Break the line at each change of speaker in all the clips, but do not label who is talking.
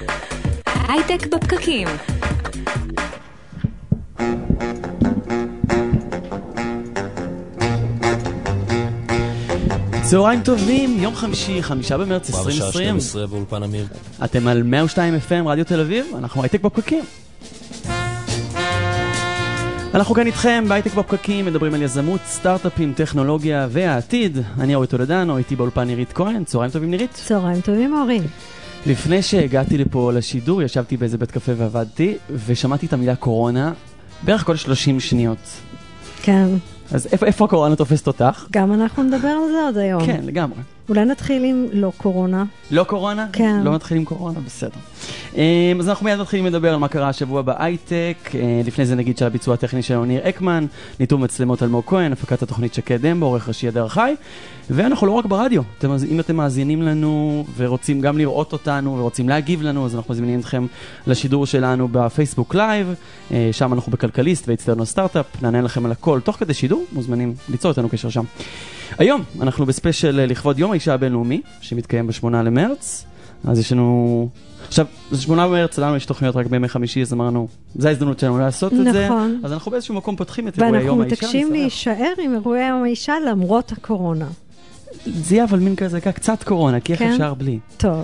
הייטק בפקקים.
צהריים טובים, יום חמישי, 5 במרץ 2020.
12 באולפן אמיר.
אתם על 102 FM, רדיו תל אביב, אנחנו הייטק בפקקים. אנחנו כאן איתכם בהייטק בפקקים, מדברים על יזמות, סטארט-אפים, טכנולוגיה והעתיד. אני אורי טולדנו, איתי באולפן נירית כהן. צהריים טובים נירית.
צהריים טובים אורי.
לפני שהגעתי לפה לשידור, ישבתי באיזה בית קפה ועבדתי, ושמעתי את המילה קורונה בערך כל 30 שניות.
כן.
אז איפה הקורונה תופסת אותך?
גם אנחנו נדבר על זה עוד היום.
כן, לגמרי.
אולי נתחיל עם לא קורונה.
לא קורונה?
כן.
לא נתחיל עם קורונה, בסדר. אז אנחנו מיד מתחילים לדבר על מה קרה השבוע בהייטק. לפני זה נגיד שהביצוע הטכני שלנו ניר אקמן, ניתוב מצלמות אלמוג כהן, הפקת התוכנית שקד דמבו, עורך ראשי הדר חי. ואנחנו לא רק ברדיו. אם אתם מאזינים לנו ורוצים גם לראות אותנו ורוצים להגיב לנו, אז אנחנו מזמינים אתכם לשידור שלנו בפייסבוק לייב. שם אנחנו בכלכליסט ואצטדיון סטארט-אפ. נענה לכם על הכל תוך כדי שידור. מוזמנים ליצור איתנו קשר שם. היום אנחנו בספיישל לכבוד יום האישה הבינלאומי, שמתקיים ב8 למרץ. אז יש לנו... עכשיו, זה 8 במרץ, לנו יש תוכניות רק בימי חמישי, אז אמרנו, זו ההזדמנות שלנו לעשות את זה.
נכון.
אז אנחנו באיזשהו מקום פותחים את אירועי יום האישה.
ואנחנו מתעקשים להישאר עם אירועי יום האישה למרות הקורונה.
זה יהיה אבל מין כזה, קצת קורונה, כי איך אפשר בלי.
טוב.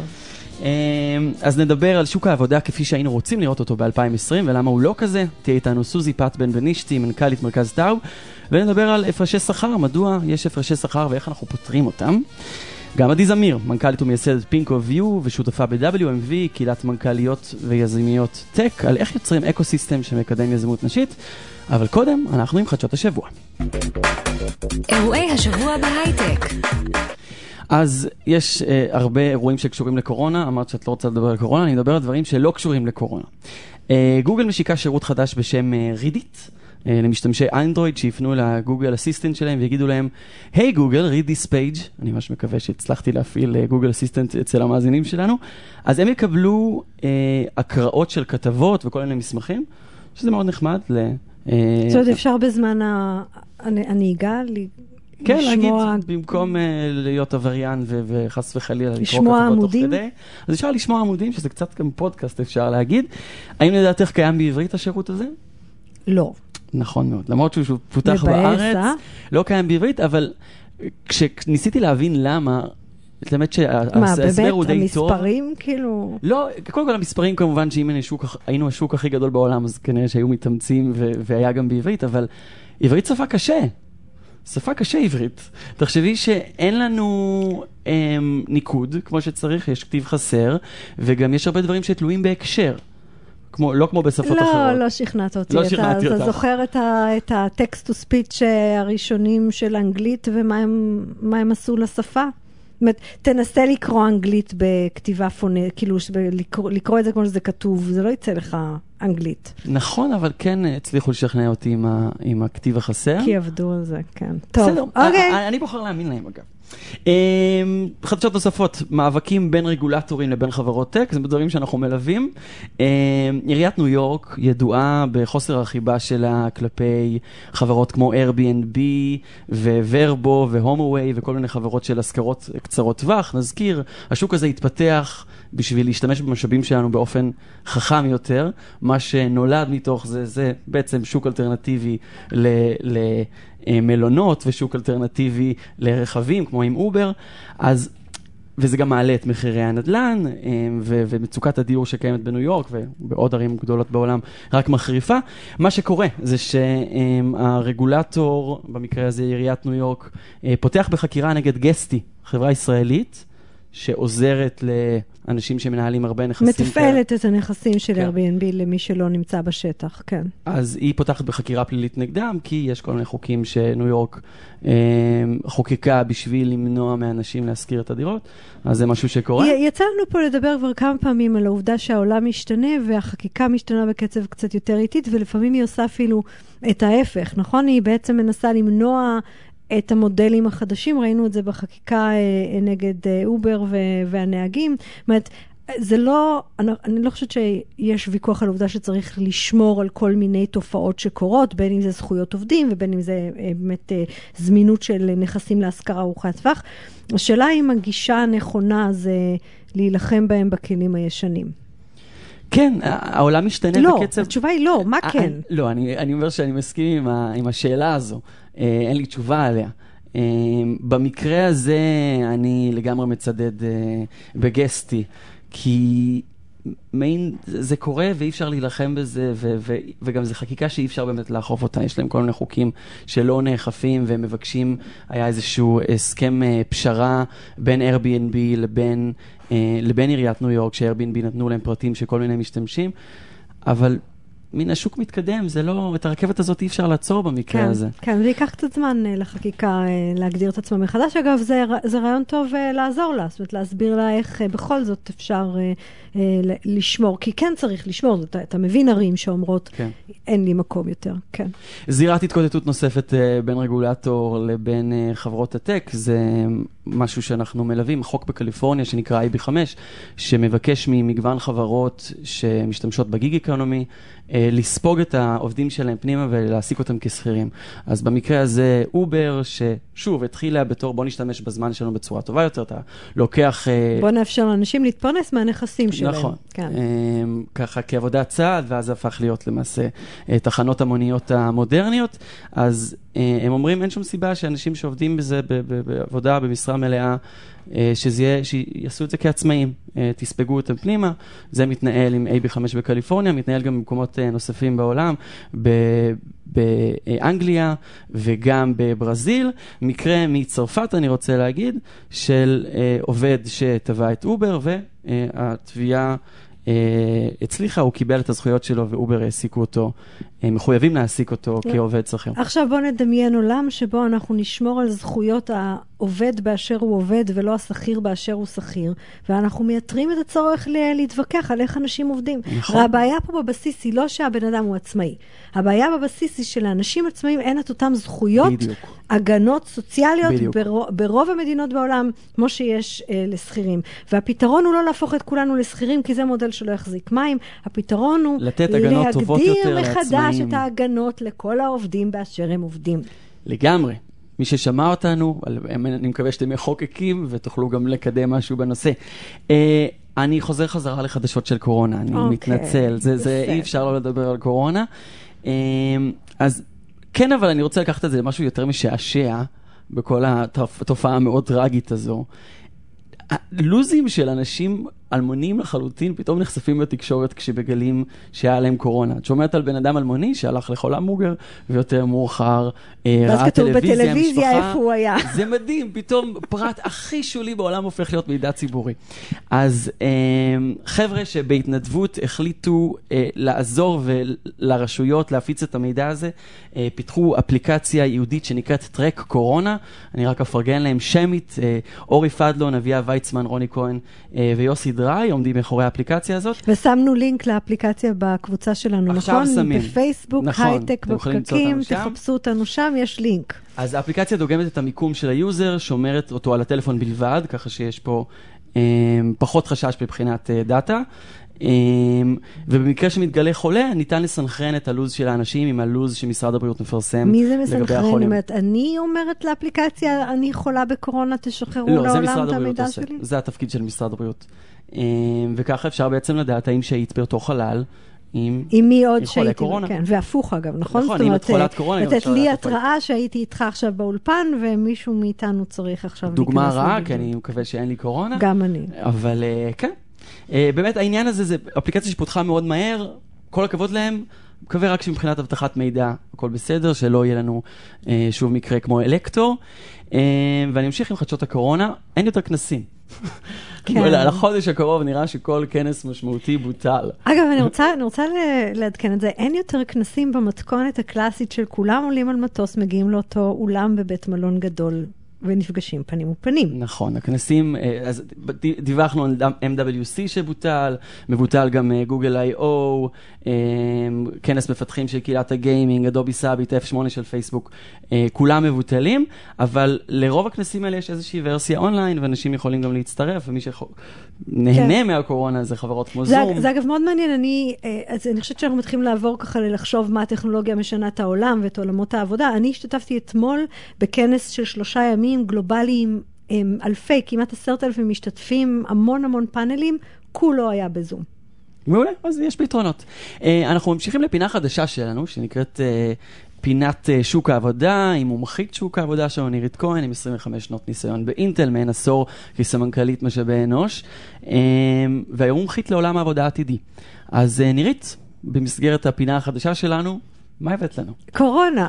אז נדבר על שוק העבודה כפי שהיינו רוצים לראות אותו ב-2020, ולמה הוא לא כזה. תהיה איתנו סוזי פת בן בנישתי, מנכ"לית מרכז טאו, ונדבר על הפרשי שכר, מדוע יש הפרשי שכר ואיך אנחנו פותרים אותם. גם עדי זמיר, מנכ"לית ומייסדת פינקו ויו ושותפה ב-WMV, קהילת מנכ"ליות ויזמיות טק, על איך יוצרים אקוסיסטם שמקדם יזמות נשית. אבל קודם, אנחנו עם חדשות השבוע.
אירועי השבוע בהייטק.
אז יש הרבה אירועים שקשורים לקורונה. אמרת שאת לא רוצה לדבר על קורונה, אני מדבר על דברים שלא קשורים לקורונה. גוגל משיקה שירות חדש בשם רידיט, למשתמשי אנדרואיד שיפנו לגוגל אסיסטנט שלהם ויגידו להם, היי גוגל, read this page. אני ממש מקווה שהצלחתי להפעיל גוגל אסיסטנט אצל המאזינים שלנו. אז הם יקבלו הקראות של כתבות וכל מיני מסמכים, שזה מאוד נחמד.
זאת אומרת, אפשר בזמן הנהיגה
כן, להגיד, במקום להיות עבריין וחס וחלילה לקרוא כתבות תוך כדי. אז אפשר לשמוע עמודים, שזה קצת גם פודקאסט אפשר להגיד. האם לדעתך קיים בעברית השירות הזה?
לא.
נכון מאוד. למרות שהוא פותח בארץ, לא קיים בעברית, אבל כשניסיתי להבין למה, באמת שההסבר הוא די טוב.
מה, באמת המספרים כאילו?
לא, קודם כל המספרים כמובן שאם היינו השוק הכי גדול בעולם, אז כנראה שהיו מתאמצים והיה גם בעברית, אבל עברית שפה קשה. שפה קשה עברית. תחשבי שאין לנו ניקוד כמו שצריך, יש כתיב חסר, וגם יש הרבה דברים שתלויים בהקשר. לא כמו בשפות אחרות.
לא שכנעת אותי.
לא שכנעתי אותך.
אתה זוכר את הטקסט טו ספיץ' הראשונים של אנגלית, ומה הם עשו לשפה? זאת אומרת, תנסה לקרוא אנגלית בכתיבה פונית, כאילו לקרוא את זה כמו שזה כתוב, זה לא יצא לך אנגלית.
נכון, אבל כן הצליחו לשכנע אותי עם הכתיב החסר.
כי עבדו על זה, כן. טוב,
בסדר,
אוקיי.
אני בוחר להאמין להם אגב. חדשות נוספות, מאבקים בין רגולטורים לבין חברות טק, זה בדברים שאנחנו מלווים. עיריית ניו יורק ידועה בחוסר החיבה שלה כלפי חברות כמו Airbnb וורבו והומווי וכל מיני חברות של השכרות קצרות טווח. נזכיר, השוק הזה התפתח בשביל להשתמש במשאבים שלנו באופן חכם יותר. מה שנולד מתוך זה בעצם שוק אלטרנטיבי מלונות ושוק אלטרנטיבי לרכבים, כמו עם אובר, וזה גם מעלה את מחירי הנדלן, ומצוקת הדיור שקיימת בניו יורק, ובעוד ערים גדולות בעולם, רק מחריפה. מה שקורה זה שהרגולטור, במקרה הזה עיריית ניו יורק, פותח בחקירה נגד גסטי, חברה ישראלית, שעוזרת לאנשים שמנהלים הרבה נכסים.
מתפעלת את הנכסים של Airbnb למי שלא נמצא בשטח, כן.
אז היא פותחת בחקירה פלילית נגדם, כי יש כל מיני חוקים שניו יורק חוקקה בשביל למנוע מאנשים להשכיר את הדירות, אז זה משהו שקורה.
יצא לנו פה לדבר כבר כמה פעמים על העובדה שהעולם משתנה, והחקיקה משתנה בקצב קצת יותר איטית, ולפעמים היא עושה אפילו את ההפך, נכון? היא בעצם מנסה למנוע את המודלים החדשים, ראינו את זה בחקיקה נגד אובר והנהגים. זאת אומרת, זה לא, אני לא חושבת שיש ויכוח על עובדה שצריך לשמור על כל מיני תופעות שקורות, בין אם זה זכויות עובדים ובין אם זה באמת זמינות של נכסים להשכרה ארוכת טווח. השאלה אם הגישה הנכונה זה להילחם בהם בכלים הישנים.
כן, העולם משתנה בקצב...
לא, התשובה היא לא, מה כן?
לא, אני אומר שאני מסכים עם השאלה הזו. אין לי תשובה עליה. במקרה הזה אני לגמרי מצדד בגסטי, כי זה קורה ואי אפשר להילחם בזה, וגם זה חקיקה שאי אפשר באמת לאכוף אותה. יש להם כל מיני חוקים שלא נאכפים, והם מבקשים, היה איזשהו הסכם פשרה בין Airbnb לבין עיריית ניו יורק, ש-Airbnb נתנו להם פרטים של כל מיני משתמשים, אבל מן השוק מתקדם, זה לא, את הרכבת הזאת אי אפשר לעצור במקרה הזה.
כן, זה ייקח קצת זמן לחקיקה להגדיר את עצמה מחדש. אגב, זה רעיון טוב לעזור לה, זאת אומרת, להסביר לה איך בכל זאת אפשר לשמור, כי כן צריך לשמור, אתה מבין ערים שאומרות, אין לי מקום יותר, כן.
זירת התקוטטות נוספת בין רגולטור לבין חברות הטק, זה משהו שאנחנו מלווים, חוק בקליפורניה שנקרא IB5, שמבקש ממגוון חברות שמשתמשות בגיג אקונומי, לספוג את העובדים שלהם פנימה ולהעסיק אותם כשכירים. אז במקרה הזה אובר, ששוב התחילה בתור בוא נשתמש בזמן שלנו בצורה טובה יותר, אתה לוקח...
בוא נאפשר לאנשים להתפרנס מהנכסים שלהם.
נכון.
כן.
ככה כעבודה צעד, ואז זה הפך להיות למעשה תחנות המוניות המודרניות. אז הם אומרים, אין שום סיבה שאנשים שעובדים בזה בעבודה, במשרה מלאה, שיעשו את זה כעצמאים, תספגו אותם פנימה. זה מתנהל עם AB5 בקליפורניה, מתנהל גם במקומות נוספים בעולם, באנגליה וגם בברזיל. מקרה מצרפת, אני רוצה להגיד, של עובד שטבע את אובר, והתביעה הצליחה, הוא קיבל את הזכויות שלו, ואובר העסיקו אותו, מחויבים להעסיק אותו כעובד שכיר.
עכשיו בוא נדמיין עולם שבו אנחנו נשמור על זכויות העובד באשר הוא עובד, ולא השכיר באשר הוא שכיר, ואנחנו מייתרים את הצורך להתווכח על איך אנשים עובדים.
נכון.
והבעיה פה בבסיס היא לא שהבן אדם הוא עצמאי. הבעיה בבסיס היא שלאנשים עצמאיים אין את אותם זכויות, בדיוק. הגנות סוציאליות ברוב המדינות בעולם, כמו שיש לשכירים. והפתרון הוא לא להפוך את כולנו לשכירים, כי זה מודל שלא יחזיק מים. הפתרון הוא להגדיר מחדש את ההגנות לכל העובדים באשר הם עובדים.
לגמרי. מי ששמע אותנו, אני מקווה שאתם מחוקקים ותוכלו גם לקדם משהו בנושא. אני חוזר חזרה לחדשות של קורונה, אני מתנצל. זה אי אפשר לא לדבר על קורונה. אז כן, אבל אני רוצה לקחת את זה למשהו יותר משעשע בכל התופעה המאוד טרגית הזו. לוזים של אנשים אלמונים לחלוטין פתאום נחשפים בתקשורת כשבגלים שהיה להם קורונה. את שומעת על בן אדם אלמוני שהלך לחול המבוגר ויותר מאוחר ראה טלוויזיה, משפחה.
איפה הוא היה.
זה מדהים, פתאום פרט הכי שולי בעולם הופך להיות מידע ציבורי. אז חבר'ה שבהתנדבות החליטו לעזור לרשויות להפיץ את המידע הזה, פיתחו אפליקציה יהודית שנקראת טרק קורונה, אני רק אפרגן להם שמית, אורי פדלון, אביה ויצמן, רוני כהן ויוסי דראי עומדים מאחורי האפליקציה הזאת.
ושמנו לינק לאפליקציה בקבוצה שלנו, נכון? בפייסבוק, הייטק, בפקקים, תחפשו אותנו שם, יש לינק.
אז האפליקציה דוגמת את המיקום של היוזר, שומרת אותו על הטלפון בלבד, ככה שיש פה פחות חשש מבחינת דאטה. ובמקרה שמתגלה חולה, ניתן לסנכרן את הלוז של האנשים עם הלוז שמשרד הבריאות מפרסם.
מי זה מסנכרן? אני אומרת לאפליקציה, אני חולה בקורונה, תשחררו לעולם את המידע שלי?
זה התפקיד של משרד הבריאות. וככה אפשר בעצם לדעת האם שהיית באותו חלל עם
מי עוד
חולה קורונה.
כן, והפוך אגב, נכון?
נכון, אם את חולת קורונה.
לתת לי התראה שהייתי איתך עכשיו באולפן, ומישהו מאיתנו צריך עכשיו להיכנס.
דוגמה רעה, כי אני מקווה שאין לי קורונה.
גם אני.
אבל כן. באמת העניין הזה זה אפליקציה שפותחה מאוד מהר, כל הכבוד להם, מקווה רק שמבחינת הבטחת מידע הכל בסדר, שלא יהיה לנו שוב מקרה כמו אלקטור, ואני אמשיך עם חדשות הקורונה, אין יותר כנסים. על החודש הקרוב נראה שכל כנס משמעותי בוטל.
אגב, אני רוצה לעדכן את זה, אין יותר כנסים במתכונת הקלאסית של כולם עולים על מטוס, מגיעים לאותו אולם בבית מלון גדול. ונפגשים פנים ופנים.
נכון, הכנסים, אז דיווחנו על MWC שבוטל, מבוטל גם גוגל I.O, כנס מפתחים של קהילת הגיימינג, אדובי סאביט, F8 של פייסבוק, כולם מבוטלים, אבל לרוב הכנסים האלה יש איזושהי ורסיה אונליין, ואנשים יכולים גם להצטרף, ומי שנהנה מהקורונה זה חברות כמו זום.
זה אגב מאוד מעניין, אני חושבת שאנחנו מתחילים לעבור ככה לחשוב מה הטכנולוגיה משנה את העולם ואת עולמות העבודה. אני השתתפתי אתמול בכנס של 3 ימים גלובליים, אלפי, כמעט 10,000 משתתפים, המון פאנלים, כולו היה בזום.
מעולה, אז יש פתרונות. אנחנו ממשיכים לפינה חדשה שלנו, שנקראת פינת שוק העבודה, עם מומחית שוק העבודה שלנו, נירית כהן, עם 25 שנות ניסיון באינטל, מעין עשור כסמנכ"לית משאבי אנוש, והיום מומחית לעולם העבודה העתידי. אז נירית, במסגרת הפינה החדשה שלנו, מה הבאת לנו?
קורונה.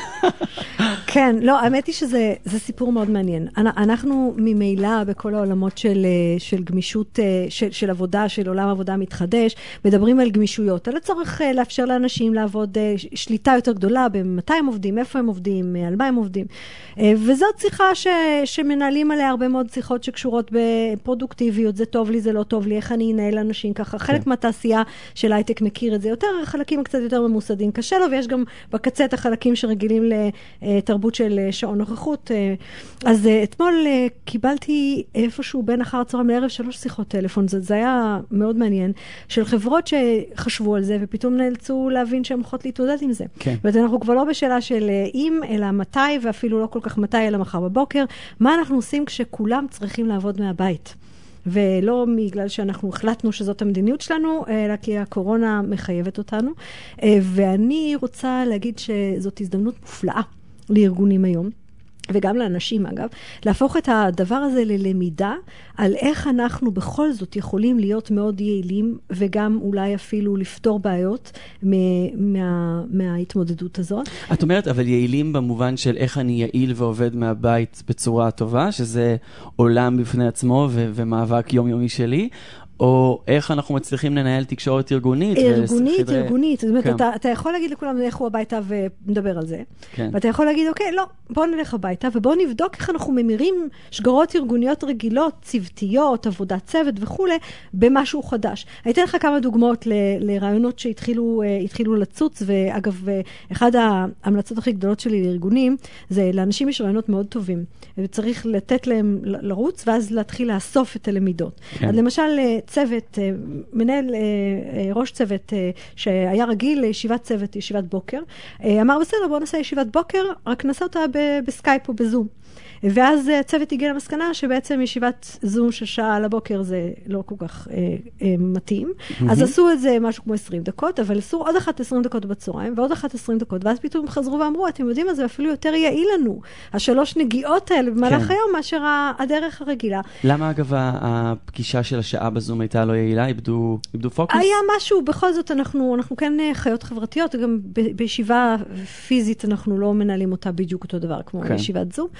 כן, לא, האמת היא שזה סיפור מאוד מעניין. אנחנו ממילא בכל העולמות של גמישות, של עבודה, של עולם עבודה מתחדש, מדברים על גמישויות, על הצורך לאפשר לאנשים לעבוד שליטה יותר גדולה, במתי הם עובדים, איפה הם עובדים, על מה הם עובדים. וזאת שיחה שמנהלים עליה הרבה מאוד שיחות שקשורות בפרודוקטיביות, זה טוב לי, זה לא טוב לי, איך אני אנהל אנשים ככה. חלק מהתעשייה של הייטק מכיר את זה יותר, חלקים קצת יותר ממוסדים קשה לו, ויש גם בקצה את החלקים שרגילים לתרבות של שעון נוכחות. אז אתמול קיבלתי איפשהו בין אחר הצהריים לערב 3 שיחות טלפון, זה היה מאוד מעניין, של חברות שחשבו על זה, ופתאום נאלצו להבין שהן הולכות להתמודד עם זה.
כן.
ואנחנו כבר לא בשאלה של אם, אלא מתי, ואפילו לא כל כך מתי, אלא מחר בבוקר. מה אנחנו עושים כשכולם צריכים לעבוד מהבית? ולא בגלל שאנחנו החלטנו שזאת המדיניות שלנו, אלא כי הקורונה מחייבת אותנו. ואני רוצה להגיד שזאת הזדמנות מופלאה לארגונים היום, וגם לאנשים אגב, להפוך את הדבר הזה ללמידה על איך אנחנו בכל זאת יכולים להיות מאוד יעילים, וגם אולי אפילו לפתור בעיות מההתמודדות הזאת.
את אומרת, אבל יעילים במובן של איך אני יעיל ועובד מהבית בצורה טובה, שזה עולם בפני עצמו ומאבק יומיומי שלי, או איך אנחנו מצליחים לנהל תקשורת ארגונית.
ארגונית. זאת אומרת, אתה יכול להגיד לכולם איך הוא הביתה ונדבר על זה. כן. ואתה יכול להגיד, אוקיי, לא, בוא נלך הביתה, ובוא נבדוק איך אנחנו ממירים שגרות ארגוניות רגילות, צוותיות, עבודת צוות וכו', במשהו חדש. אני אתן לך כמה דוגמאות לרעיונות שהתחילו לצוץ, ואגב, אחד ההמלצות הכי גדולות שלי לארגונים, זה לאנשים יש רעיונות מאוד טובים, וצריך לתת להם לרוץ, ואז להתחיל לאסוף את הלמידות. כן. אז למשל, צוות, מנהל ראש צוות שהיה רגיל לישיבת צוות, ישיבת בוקר, אמר בסדר, בוא נעשה ישיבת בוקר, רק נעשה אותה בסקייפ או בזום. ואז הצוות הגיע למסקנה שבעצם ישיבת זום של שעה על הבוקר זה לא כל כך מתאים. אז עשו את זה משהו כמו 20 דקות, אבל עשו עוד אחת 20 דקות בצהריים, ועוד אחת 20 דקות, ואז פתאום חזרו ואמרו, אתם יודעים מה, זה אפילו יותר יעיל לנו. 3 נגיעות האלה במהלך היום, מאשר הדרך הרגילה.
למה אגב הפגישה של השעה בזום הייתה לא יעילה? איבדו פוקוס?
היה משהו, בכל זאת אנחנו כן חיות חברתיות, גם בישיבה פיזית אנחנו לא מנהלים אותה בדיוק אותו דבר, כמו ישיבת זום.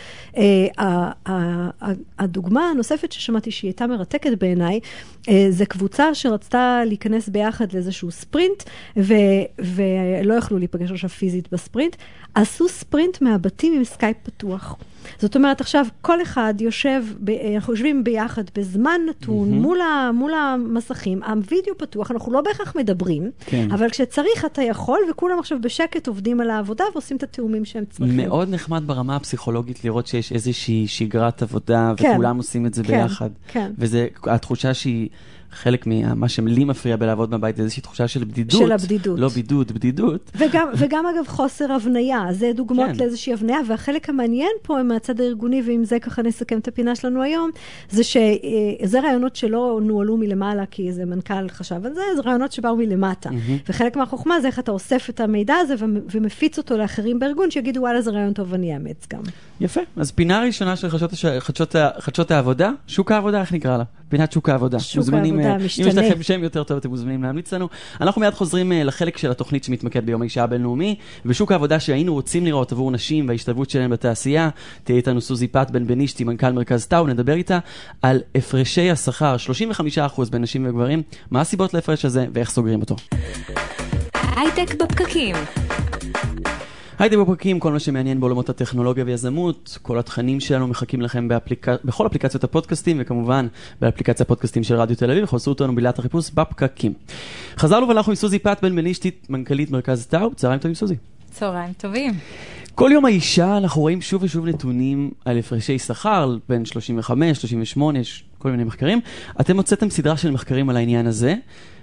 הדוגמה הנוספת ששמעתי שהיא הייתה מרתקת בעיניי, זה קבוצה שרצתה להיכנס ביחד לאיזשהו ספרינט, ולא יכלו להיפגש עכשיו פיזית בספרינט, עשו ספרינט מהבתים עם סקייפ פתוח. זאת אומרת, עכשיו כל אחד אנחנו יושבים ביחד בזמן נתון, מול המסכים, הווידאו פתוח, אנחנו לא בהכרח מדברים, אבל כשצריך אתה יכול, וכולם עכשיו בשקט עובדים על העבודה, ועושים את התאומים שהם צריכים.
מאוד נחמד ברמה הפסיכולוגית לראות שיש איזושהי שגרת עבודה, וכולם עושים את זה ביחד. וזה התחושה שהיא חלק ממה שלי מפריע בלעבוד מהבית, זה איזושהי תחושה של בדידות.
של הבדידות.
לא בידוד, בדידות.
וגם אגב חוסר הבניה, זה דוגמאות לאיזושהי הבניה, והחלק המעניין פה מהצד הארגוני, ועם זה ככה נסכם את הפינה שלנו היום, זה שזה רעיונות שלא נועלו מלמעלה, כי איזה מנכ"ל חשב על זה, זה רעיונות שבאו מלמטה. וחלק מהחוכמה זה איך אתה אוסף את המידע הזה, ומפיץ אותו לאחרים בארגון, שיגידו, וואלה, זה רעיון טוב, אני אאמץ גם. יפה.
אז פינה ראשונה של חדשות העבודה, שוק העבודה, איך נקרא לה? פינת שוק העבודה. אם יש לכם שם יותר טוב, אתם מוזמנים להמליץ לנו. אנחנו מיד חוזרים לחלק של התוכנית שמתמקד ביום האישה הבינלאומי, ושוק העבודה שהיינו רוצים לראות עבור נשים וההשתלבות שלהם בתעשייה. תהיה איתנו סוזי פת בן בנישתי, מנכ"ל מרכז טאו, נדבר איתה על הפרשי השכר, 35% בין נשים וגברים, מה הסיבות להפרש הזה ואיך סוגרים אותו.
הייטק בפקקים.
הייטק בפקקים, כל מה שמעניין בעולמות הטכנולוגיה ויזמות, כל התכנים שלנו מחכים לכם בכל אפליקציות הפודקאסטים, וכמובן באפליקציה הפודקאסטים של רדיו תל אביב, חוסרו אותנו בילת החיפוש בפקקים. חזרנו ואנחנו עם סוזי פת בן בנישתי, מנכ"לית מרכז טאו. צהריים טובים סוזי.
צהריים טובים.
כל יום האישה אנחנו רואים שוב ושוב נתונים על הפרשי שכר, בין 35, 38, כל מיני מחקרים. אתם הוצאתם סדרה של מחקרים על העניין הזה.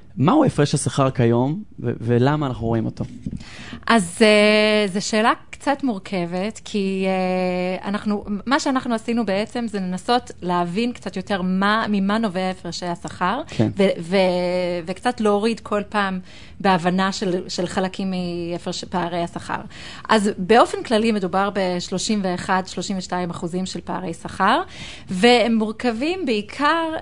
מהו הפרש השכר כיום, ולמה אנחנו רואים אותו?
אז זו שאלה קצת מורכבת, כי מה שאנחנו עשינו בעצם זה לנסות להבין קצת יותר ממה נובע הפרשי השכר,
כן.
וקצת להוריד כל פעם בהבנה של חלקים מפערי השכר. אז באופן כללי מדובר ב-31-32% של פערי שכר, והם מורכבים בעיקר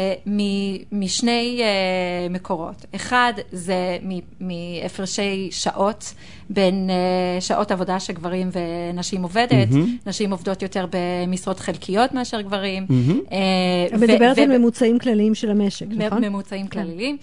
משני מקורות. אחד זה מהפרשי שעות, בין שעות עבודה שגברים ונשים עובדת, נשים עובדות יותר במשרות חלקיות מאשר גברים.
מדברת על ממוצעים כלליים של המשק, נכון?
ממוצעים כלליים,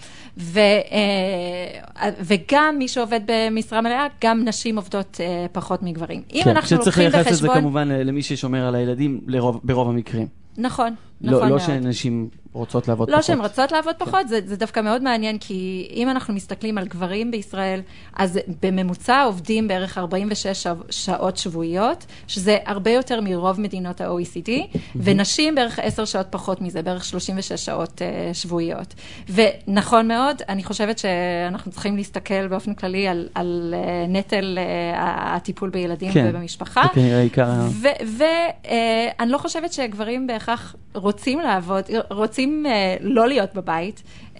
וגם מי שעובד במשרה מלאה, גם נשים עובדות פחות מגברים. אם אנחנו
שצריך לייחס את זה כמובן למי ששומר על הילדים ברוב המקרים.
נכון, נכון מאוד.
לא שנשים רוצות לעבוד פחות.
לא שהן רוצות לעבוד פחות, זה דווקא מאוד מעניין, כי אם אנחנו מסתכלים על גברים בישראל, אז בממוצע עובדים בערך 46 שעות שבועיות, שזה הרבה יותר מרוב מדינות ה-OECD, ונשים בערך 10 שעות פחות מזה, בערך 36 שעות שבועיות. ונכון מאוד, אני חושבת שאנחנו צריכים להסתכל באופן כללי על נטל הטיפול בילדים ובמשפחה. ואני לא חושבת שגברים בהכרח רוצים לעבוד, רוצים לא להיות בבית,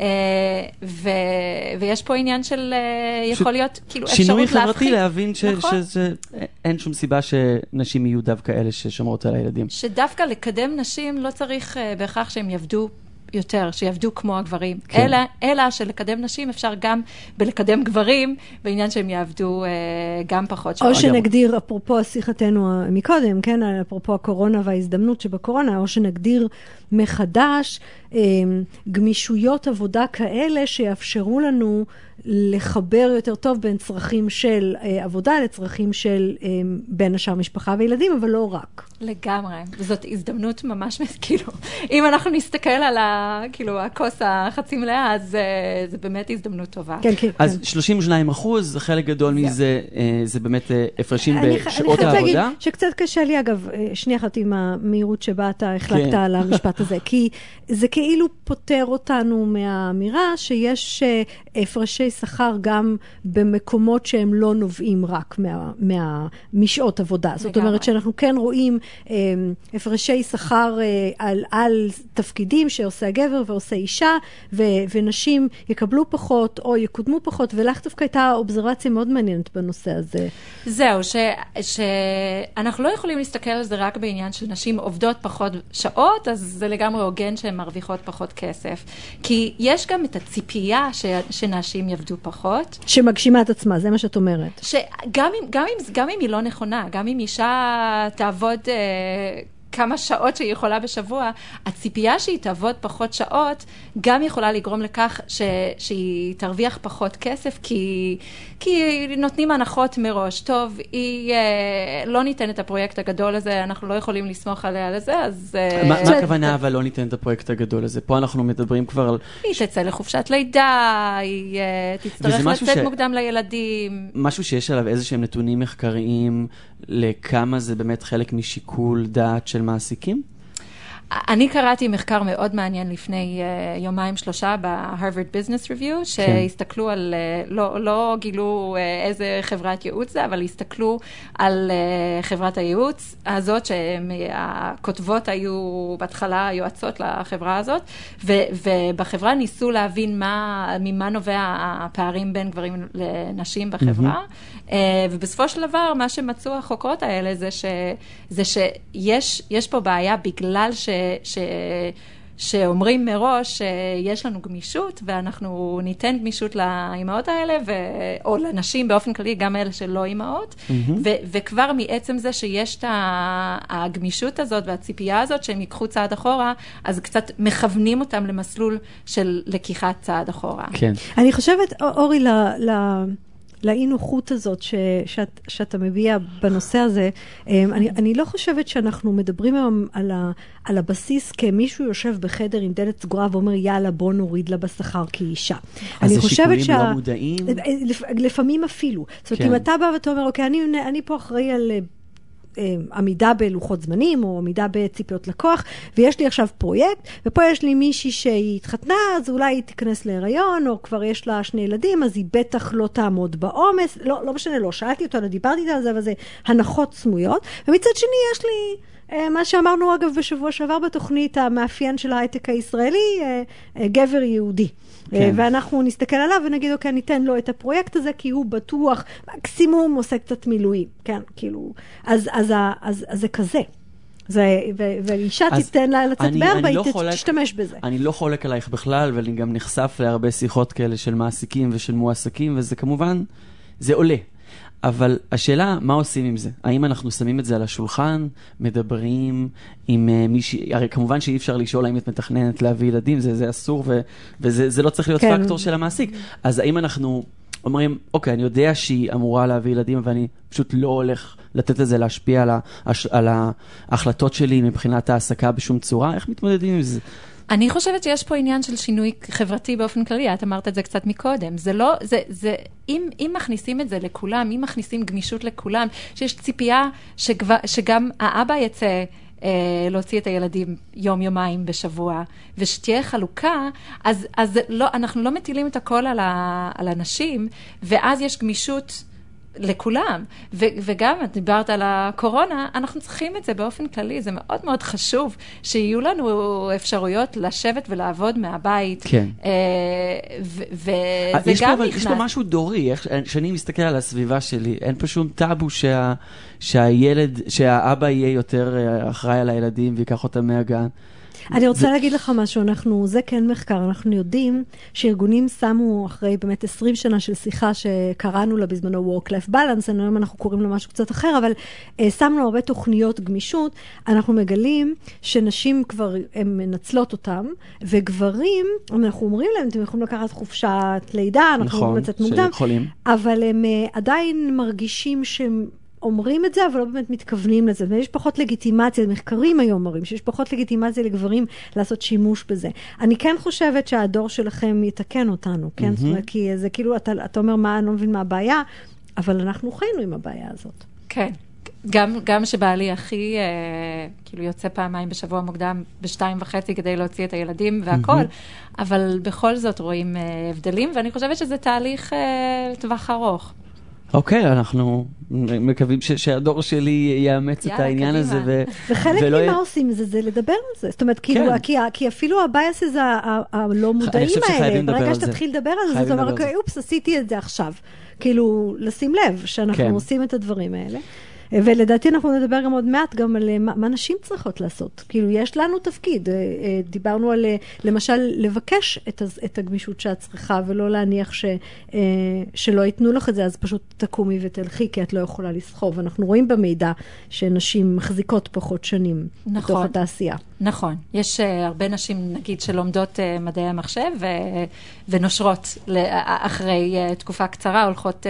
ויש פה עניין של יכול להיות כאילו אפשרות
שינוי
להפחיד.
חברתי להבין שאין שום סיבה שנשים יהיו דווקא אלה ששומרות על הילדים.
שדווקא לקדם נשים לא צריך בהכרח שהם יעבדו יותר, שיעבדו כמו הגברים. כן. אלא שלקדם נשים אפשר גם בלקדם גברים, בעניין שהם יעבדו גם פחות שעות.
או שנגדיר, אפרופו שיחתנו מקודם, כן, אפרופו הקורונה וההזדמנות שבקורונה, או שנגדיר מחדש גמישויות עבודה כאלה שיאפשרו לנו לחבר יותר טוב בין צרכים של עבודה לצרכים של בין השאר משפחה וילדים, אבל לא רק.
לגמרי. וזאת הזדמנות ממש, כאילו, אם אנחנו נסתכל על כאילו, הכוס החצי מלאה, אז זה באמת הזדמנות טובה.
כן, כן.
אז 32%, חלק גדול מזה, זה באמת הפרשים בשעות העבודה.
אני חייבת להגיד שקצת קשה לי, אגב, שנייה אחת עם המהירות שבה אתה החלקת על המשפט הזה, כי זה כאילו פותר אותנו מהאמירה שיש הפרשי שכר גם במקומות שהם לא נובעים רק משעות עבודה. זאת אומרת שאנחנו כן רואים הפרשי שכר על תפקידים שעושה הגבר ועושה אישה, ונשים יקבלו פחות או יקודמו פחות, ולך דווקא הייתה אובזרבציה מאוד מעניינת בנושא הזה.
זהו, שאנחנו לא יכולים להסתכל על זה רק בעניין של נשים עובדות פחות שעות, אז זה לגמרי הוגן שהן מרוויחות פחות כסף. כי יש גם את הציפייה שנשים יעבדו פחות.
שמגשימה את עצמה, זה מה שאת אומרת.
גם אם היא לא נכונה, גם אם אישה תעבוד כמה שעות שהיא יכולה בשבוע, הציפייה שהיא תעבוד פחות שעות, גם יכולה לגרום לכך שהיא תרוויח פחות כסף, כי נותנים הנחות מראש. טוב, היא לא ניתן את הפרויקט הגדול הזה, אנחנו לא יכולים לסמוך עליה לזה, אז...
מה הכוונה אבל לא ניתן את הפרויקט הגדול הזה? פה אנחנו מדברים כבר על...
היא תצא לחופשת לידה, היא תצטרך לצאת מוקדם לילדים.
משהו שיש עליו איזשהם נתונים מחקריים, לכמה זה באמת חלק משיקול דעת של מעסיקים?
אני קראתי מחקר מאוד מעניין לפני יומיים שלושה בהרווארד ביזנס ריוויו, שהסתכלו על, לא גילו איזה חברת ייעוץ זה, אבל הסתכלו על חברת הייעוץ הזאת, שהכותבות היו בהתחלה יועצות לחברה הזאת, ובחברה ניסו להבין ממה נובע הפערים בין גברים לנשים בחברה, ובסופו של דבר מה שמצאו החוקרות האלה זה שיש פה בעיה בגלל שאומרים מראש שיש לנו גמישות, ואנחנו ניתן גמישות לאימהות האלה, או לנשים באופן כללי, גם אלה שלא אימהות, וכבר מעצם זה שיש את הגמישות הזאת והציפייה הזאת, שהם ייקחו צעד אחורה, אז קצת מכוונים אותם למסלול של לקיחת צעד אחורה.
כן.
אני חושבת, אורי, לאי-נוחות הזאת שאתה מביע בנושא הזה, אני לא חושבת שאנחנו מדברים על הבסיס כמישהו יושב בחדר עם דלת סגורה ואומר, יאללה, בוא נוריד לה בשכר כאישה.
אז זה שיקולים לא מודעים?
לפעמים אפילו. זאת אומרת, אם אתה בא ואתה אומר, אוקיי, אני פה אחראי על עמידה בלוחות זמנים, או עמידה בציפיות לקוח, ויש לי עכשיו פרויקט, ופה יש לי מישהי שהיא התחתנה, אז אולי היא תיכנס להיריון, או כבר יש לה 2 ילדים, אז היא בטח לא תעמוד בעומס, לא משנה, לא שאלתי אותו, לא דיברתי איתה על זה, אבל זה הנחות סמויות, ומצד שני יש לי מה שאמרנו אגב בשבוע שעבר בתוכנית, המאפיין של ההייטק הישראלי, גבר יהודי. כן. ואנחנו נסתכל עליו ונגיד, אוקיי, ניתן לו את הפרויקט הזה, כי הוא בטוח, מקסימום עושה קצת מילואים. כן, כאילו, אז זה כזה. ואישה תיתן לה לצדבר, והיא תשתמש בזה.
אני לא חולק עלייך בכלל, ואני גם נחשף להרבה שיחות כאלה של מעסיקים ושל מועסקים, וזה כמובן, זה עולה. אבל השאלה, מה עושים עם זה? האם אנחנו שמים את זה על השולחן, מדברים עם מישהי, הרי כמובן שאי אפשר לשאול האם את מתכננת להביא ילדים, זה אסור, וזה לא צריך להיות כן. פקטור של המעסיק. אז האם אנחנו אומרים, אוקיי, אני יודע שהיא אמורה להביא ילדים, ואני פשוט לא הולך לתת לזה להשפיע על ההחלטות שלי מבחינת העסקה בשום צורה? איך מתמודדים עם זה?
אני חושבת שיש פה עניין של שינוי חברתי באופן כללי, את אמרת את זה קצת מקודם, זה לא, אם מכניסים את זה לכולם, אם מכניסים גמישות לכולם, שיש ציפייה שגם האבא יצא להוציא את הילדים יום-יומיים בשבוע, ושתהיה חלוקה, אז לא, אנחנו לא מטילים את הכל על אנשים, ואז יש גמישות לכולם, וגם את דיברת על הקורונה, אנחנו צריכים את זה באופן כללי, זה מאוד מאוד חשוב שיהיו לנו אפשרויות לשבת ולעבוד מהבית,
כן.
וזה גם נכנס.
יש פה משהו דורי, שאני מסתכל על הסביבה שלי, אין פה שום טאבו שהאבא יהיה יותר אחראי על הילדים ויקח אותם מהגן.
אני רוצה להגיד לך משהו, זה כן מחקר, אנחנו יודעים שארגונים שמו אחרי באמת 20 שנה של שיחה שקראנו לה בזמנו Work-Life Balance, היום אנחנו קוראים לו משהו קצת אחר, אבל שמנו הרבה תוכניות גמישות, אנחנו מגלים שנשים כבר הן מנצלות אותם, וגברים, אנחנו אומרים להם, אתם יכולים לקחת חופשת לידה, אנחנו יכולים לצאת מוקדם, אבל הם עדיין מרגישים שהם אומרים את זה, אבל לא באמת מתכוונים לזה. ויש פחות לגיטימציה, מחקרים היום מראים, שיש פחות לגיטימציה לגברים לעשות שימוש בזה. אני כן חושבת שהדור שלכם יתקן אותנו, כן? זאת אומרת, כי זה כאילו, אתה אומר, אני לא מבין מה הבעיה, אבל אנחנו חיינו עם הבעיה הזאת.
כן. גם שבעלי הכי, כאילו יוצא פעמיים בשבוע מוקדם, 2:30 כדי להוציא את הילדים והכל, אבל בכל זאת רואים הבדלים, ואני חושבת שזה תהליך לטווח ארוך.
אוקיי, אנחנו מקווים שהדור שלי יאמץ את העניין הזה.
וחלק ממה עושים זה לדבר על זה. זאת אומרת, כי אפילו הבייס הזה, הלא מודעים האלה, ברגע שתתחיל לדבר על זה, זאת אומרת, אופס, עשיתי את זה עכשיו. כאילו, לשים לב שאנחנו עושים את הדברים האלה. ולדעתי אנחנו נדבר גם עוד מעט גם על מה נשים צריכות לעשות. כאילו, יש לנו תפקיד. דיברנו על, למשל, לבקש את הגמישות שאת צריכה, ולא להניח שלא ייתנו לך את זה, אז פשוט תקומי ותלכי, כי את לא יכולה לסחוב. אנחנו רואים במידע שנשים מחזיקות פחות שנים בתוך התעשייה. נכון.
יש הרבה נשים, נגיד, שלומדות מדעי המחשב, ונושרות אחרי תקופה קצרה, הולכות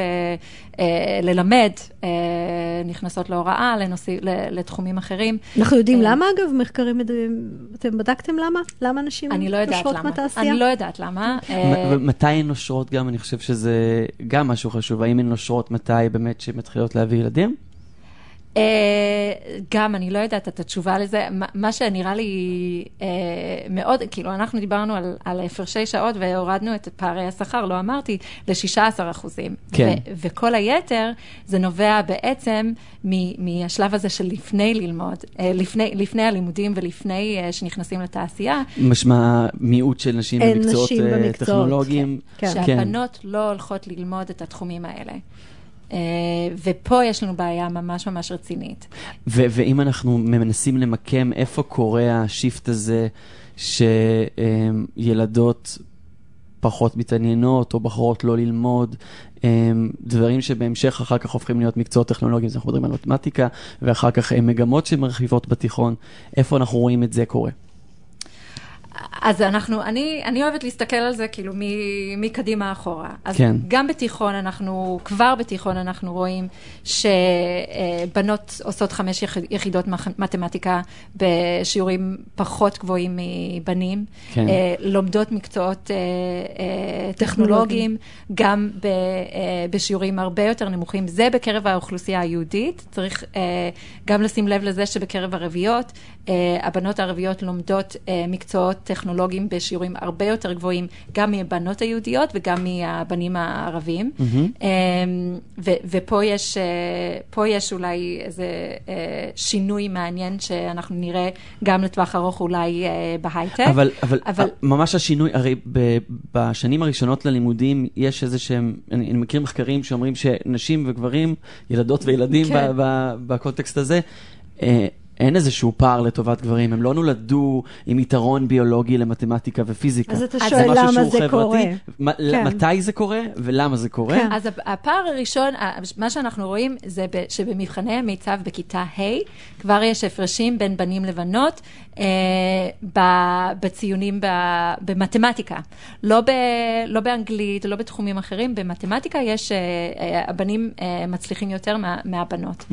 ללמד, נכנסות להוראה, לתחומים אחרים.
אנחנו יודעים למה, אגב, מחקרים, אתם בדקתם למה? למה נשים נושרות מהתעשייה?
אני לא יודעת למה.
מתי הן נושרות גם? אני חושב שזה גם משהו חשוב. האם הן נושרות מתי באמת שמתחילות להביא ילדים?
גם, אני לא יודעת את התשובה לזה. מה שנראה לי מאוד, כאילו, אנחנו דיברנו על הפרשי שעות והורדנו את פערי השכר, לא אמרתי, ל-16%.
כן.
וכל היתר, זה נובע בעצם מהשלב הזה של לפני ללמוד, לפני הלימודים ולפני שנכנסים לתעשייה.
משמע מיעוט של נשים במקצועות טכנולוגיים.
שהבנות לא הולכות ללמוד את התחומים האלה. ופה יש לנו בעיה ממש ממש רצינית.
ואם אנחנו מנסים למקם איפה קורה השיפט הזה שילדות פחות מתעניינות או בחרות לא ללמוד, דברים שבהמשך אחר כך הופכים להיות מקצועות טכנולוגיים, אנחנו מדברים על מתמטיקה, ואחר כך מגמות שמרחיבות בתיכון, איפה אנחנו רואים את זה קורה?
אז אני אוהבת להסתכל על זה כאילו מקדימה אחורה. אז
כן.
גם בתיכון כבר בתיכון אנחנו רואים שבנות עושות 5 יחידות מתמטיקה בשיעורים פחות גבוהים מבנים,
כן.
לומדות מקצועות טכנולוגיים, גם בשיעורים הרבה יותר נמוכים. זה בקרב האוכלוסייה היהודית. צריך גם לשים לב לזה שבקרב ערביות, הבנות הערביות לומדות מקצועות טכנולוגיים בשיעורים הרבה יותר גבוהים, גם מהבנות היהודיות וגם מהבנים הערבים. ופה יש אולי איזה שינוי מעניין שאנחנו נראה גם לטווח ארוך אולי בהייטק.
אבל ממש השינוי, הרי בשנים הראשונות ללימודים יש איזה שהם, אני מכיר מחקרים שאומרים שנשים וגברים, ילדות וילדים בקונטקסט הזה, אין איזשהו פער לטובת גברים, הם לא נולדו עם יתרון ביולוגי למתמטיקה ופיזיקה.
אז אתה שואל למה זה קורה.
מתי זה קורה ולמה זה קורה?
אז הפער הראשון, מה שאנחנו רואים זה שבמבחני המיצב בכיתה ה' כבר יש הפרשים בין בנים לבנות בציונים במתמטיקה. לא באנגלית, לא בתחומים אחרים, במתמטיקה יש, הבנים מצליחים יותר מהבנות.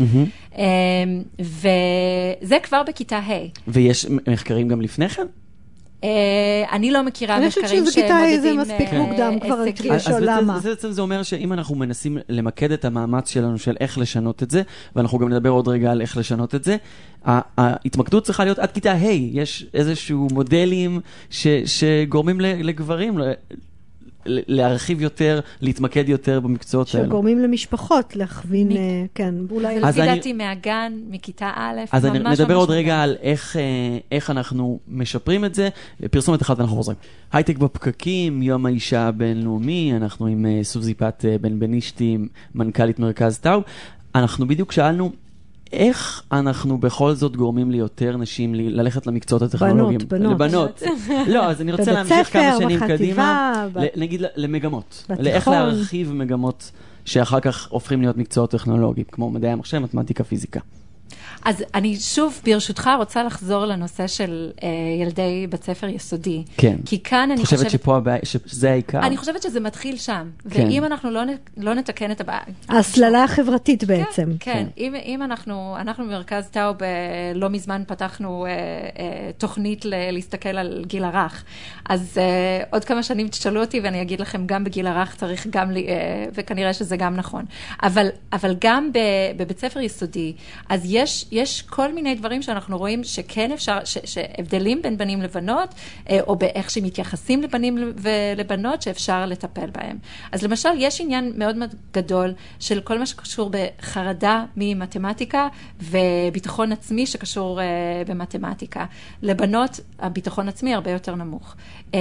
וזה כבר בכיתה ה'.
ויש מחקרים גם לפני כן?
אני לא מכירה מחקרים
שמודדים הישגים. אני חושבת שזה מספיק מוקדם כבר לשאול למה.
זה אומר שאם אנחנו מנסים למקד את המאמץ שלנו של איך לשנות את זה, ואנחנו גם נדבר עוד רגע על איך לשנות את זה, ההתמקדות צריכה להיות עד כיתה ה'. יש איזשהו מודלים שגורמים לגברים להרחיב יותר, להתמקד יותר במקצועות האלה.
שגורמים למשפחות להכווין, כן, אולי...
אז לפי דעתי מהגן, מכיתה א',
אז נדבר עוד רגע על איך אנחנו משפרים את זה. פרסומת אחת ואנחנו חוזרים. הייטק בפקקים, יום האישה הבינלאומי, אנחנו עם סוזי פת בן בנישתי, מנכ"לית מרכז טאוב. אנחנו בדיוק שאלנו, איך אנחנו בכל זאת גורמים ליותר נשים ללכת למקצועות הטכנולוגיים? לבנות. לא, אז אני רוצה להמשיך כמה שנים קדימה, נגיד למגמות. לאיך להרחיב מגמות שאחר כך הופכים להיות מקצועות טכנולוגיים, כמו מדעי המחשב, מתמטיקה, פיזיקה.
אז אני שוב, ברשותך, רוצה לחזור לנושא של ילדי בית ספר יסודי.
כן.
כי כאן אני
חושבת שפה שזה העיקר?
אני חושבת שזה מתחיל שם. כן. ואם אנחנו לא נתקן את הבעיה...
ההסללה החברתית בעצם.
כן, כן. אם אנחנו במרכז טאוב לא מזמן פתחנו תוכנית להסתכל על גיל הרך. אז עוד כמה שנים תשאלו אותי ואני אגיד לכם, גם בגיל הרך צריך גם, וכנראה שזה גם נכון. אבל גם בבית ספר יסודי, אז יש כל מיני דברים שאנחנו רואים שכן אפשר, שהבדלים בין בנים לבנות, או באיך שמתייחסים לבנים ולבנות, שאפשר לטפל בהם. אז למשל, יש עניין מאוד מאוד גדול של כל מה שקשור בחרדה ממתמטיקה, וביטחון עצמי שקשור במתמטיקה. לבנות, הביטחון עצמי הרבה יותר נמוך.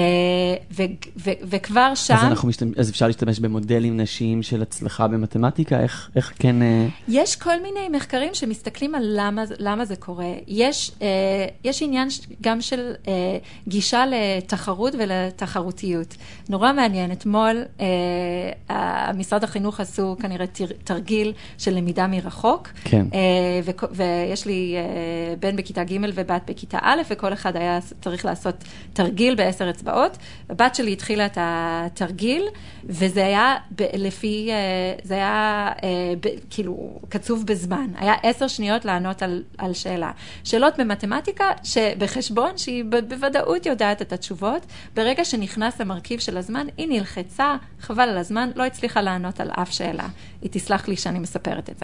וכבר שם...
אז אפשר להשתמש במודלים נשיים של הצלחה במתמטיקה? איך כן...
יש כל מיני מחקרים שמסתכלים על למה זה קורה. יש עניין גם של גישה לתחרות ולתחרותיות. נורא מעניין. אתמול משרד החינוך עשו כנראה תרגיל של למידה מרחוק.
כן.
ויש לי בן בכיתה ג' ובת בכיתה א', וכל אחד היה צריך לעשות תרגיל ב10 אצבעות. הבת שלי התחילה את התרגיל, וזה היה זה היה כאילו קצוב בזמן. היה 10 שניות לענות על שאלה. שאלות במתמטיקה, שבחשבון שהיא בוודאות יודעת את התשובות, ברגע שנכנס המרכיב של הזמן, היא נלחצה, חבל על הזמן, לא הצליחה לענות על אף שאלה. היא תסלח לי שאני מספרת את זה.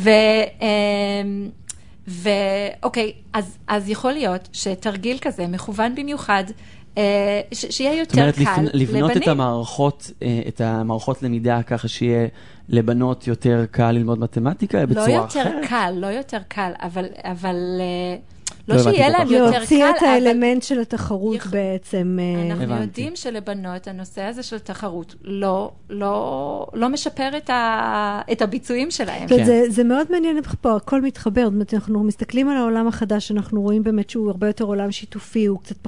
ואוקיי, אז יכול להיות שתרגיל כזה מכוון במיוחד, שיהיה יותר קל לבנים.
לבנות את המערכות למידה ככה שיהיה לבנות יותר קל ללמוד מתמטיקה בצורה אחרת?
לא יותר קל, אבל לא שיהיה להם יותר קל.
להוציא את האלמנט של התחרות בעצם.
אנחנו יודעים שלבנות הנושא הזה של תחרות לא משפר את הביצועים שלהם.
זה מאוד מעניין פה, הכל מתחבר. זאת אומרת, אנחנו מסתכלים על העולם החדש, אנחנו רואים באמת שהוא הרבה יותר עולם שיתופי, הוא קצת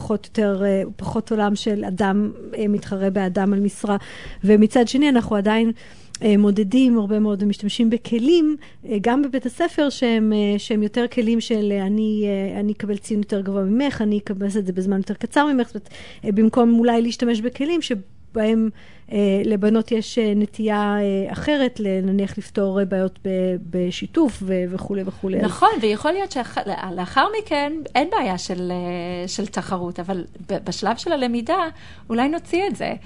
פחות עולם של אדם מתחרה באדם על משרה, ומצד שני אנחנו עדיין מודדים הרבה מאוד ומשתמשים בכלים, גם בבית הספר שהם יותר כלים של אני אקבל ציון יותר גבוה ממך, אני אקבל את זה בזמן יותר קצר ממך, במקום אולי להשתמש בכלים שבהם לבנות יש נטייה אחרת, נניח לפתור בעיות בשיתוף וכו' וכו'.
נכון, ויכול להיות שלאחר מכן אין בעיה של תחרות, אבל בשלב של הלמידה אולי נוציא את זה.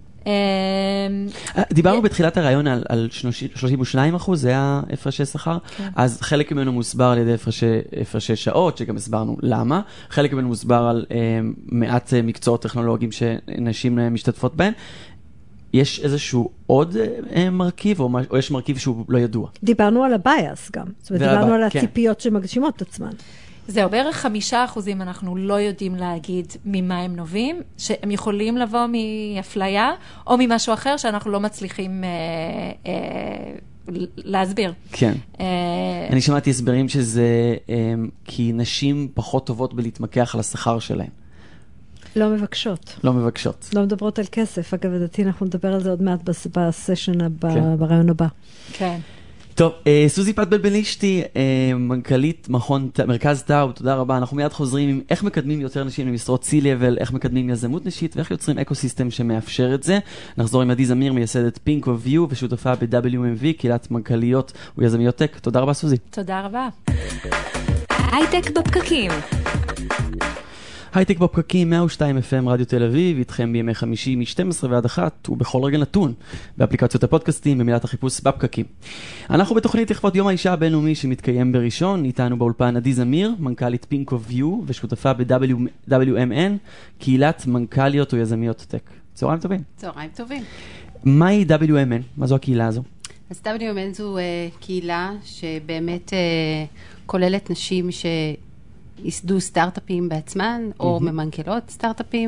דיברנו בתחילת הרעיון על 32%, זה היה הפרשי שכר, אז חלק ממנו מוסבר על ידי הפרשי שעות, שגם הסברנו למה, חלק ממנו מוסבר על מעט מקצועות טכנולוגיים שנשים משתתפות בהן. יש איזשהו עוד מרכיב, או יש מרכיב שהוא לא ידוע?
דיברנו על הבייס גם, זאת אומרת, דיברנו על הציפיות שמגשימות את עצמן.
זהו, בערך 5% אנחנו לא יודעים להגיד ממה הם נובעים, שהם יכולים לבוא מאפליה, או ממשהו אחר שאנחנו לא מצליחים להסביר.
כן. אני שמעתי הסברים שזה כי נשים פחות טובות בלהתמקח על השכר שלהן.
לא מבקשות.
לא מבקשות.
לא מדברות על כסף. אגב, לדעתי אנחנו נדבר על זה עוד מעט בסשן הבא, ברעיון הבא.
כן.
טוב, סוזי פטבלבלישתי, מנכ"לית מרכז טאו, תודה רבה. אנחנו מיד חוזרים עם איך מקדמים יותר נשים למשרות C-Level, איך מקדמים יזמות נשית ואיך יוצרים אקוסיסטם שמאפשר את זה. נחזור עם עדי זמיר, מייסדת Pink of View ושותפה ב-WMV, קהילת מנכ"ליות ויזמיות טק. תודה רבה, סוזי.
תודה רבה.
הייטק בפקקים.
הייטק בפקקים, 102 FM רדיו תל אביב, איתכם בימי חמישי מ-12 ועד 1 ובכל רגע נתון באפליקציות הפודקאסטים במילת החיפוש בפקקים. אנחנו בתוכנית לכבוד יום האישה הבינלאומי שמתקיים בראשון, איתנו באולפן עדי זמיר, מנכ"לית Pink of View ושותפה ב-WMN, קהילת מנכ"ליות ויזמיות טק. צהריים טובים.
צהריים טובים.
מהי WMN? מה זו הקהילה הזו?
אז WMN זו קהילה שבאמת כוללת נשים ייסדו סטארט-אפים בעצמן, או ממנכ"לות סטארט-אפים.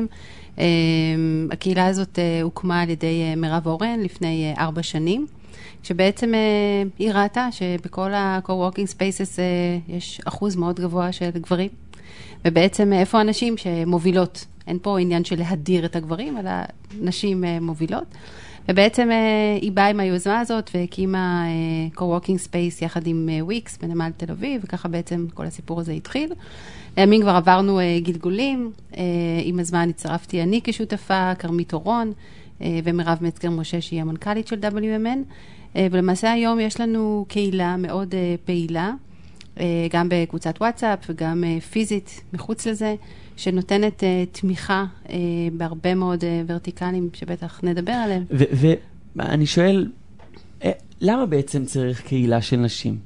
הקהילה הזאת הוקמה על ידי מירב אורן לפני 4 שנים, שבעצם היא ראתה שבכל ה-co-working spaces יש אחוז מאוד גבוה של גברים, ובעצם איפה אנשים שמובילות, אין פה עניין של להדיר את הגברים, אלא נשים מובילות, ובעצם היא באה עם היוזמה הזאת והקימה co-working space יחד עם וויקס בנמל תל אביב, וככה בעצם כל הסיפור הזה התחיל. לימים כבר עברנו גלגולים, עם הזמן הצטרפתי אני כשותפה, קרמית אורון, ומירב מצגר משה שהיא המנכ"לית של WMN, ולמעשה היום יש לנו קהילה מאוד פעילה, גם בקבוצת וואטסאפ וגם פיזית מחוץ לזה, שנותנת תמיכה בהרבה מאוד ורטיקלים שבטח נדבר עליהם.
ואני שואל, למה בעצם צריך קהילה של נשים?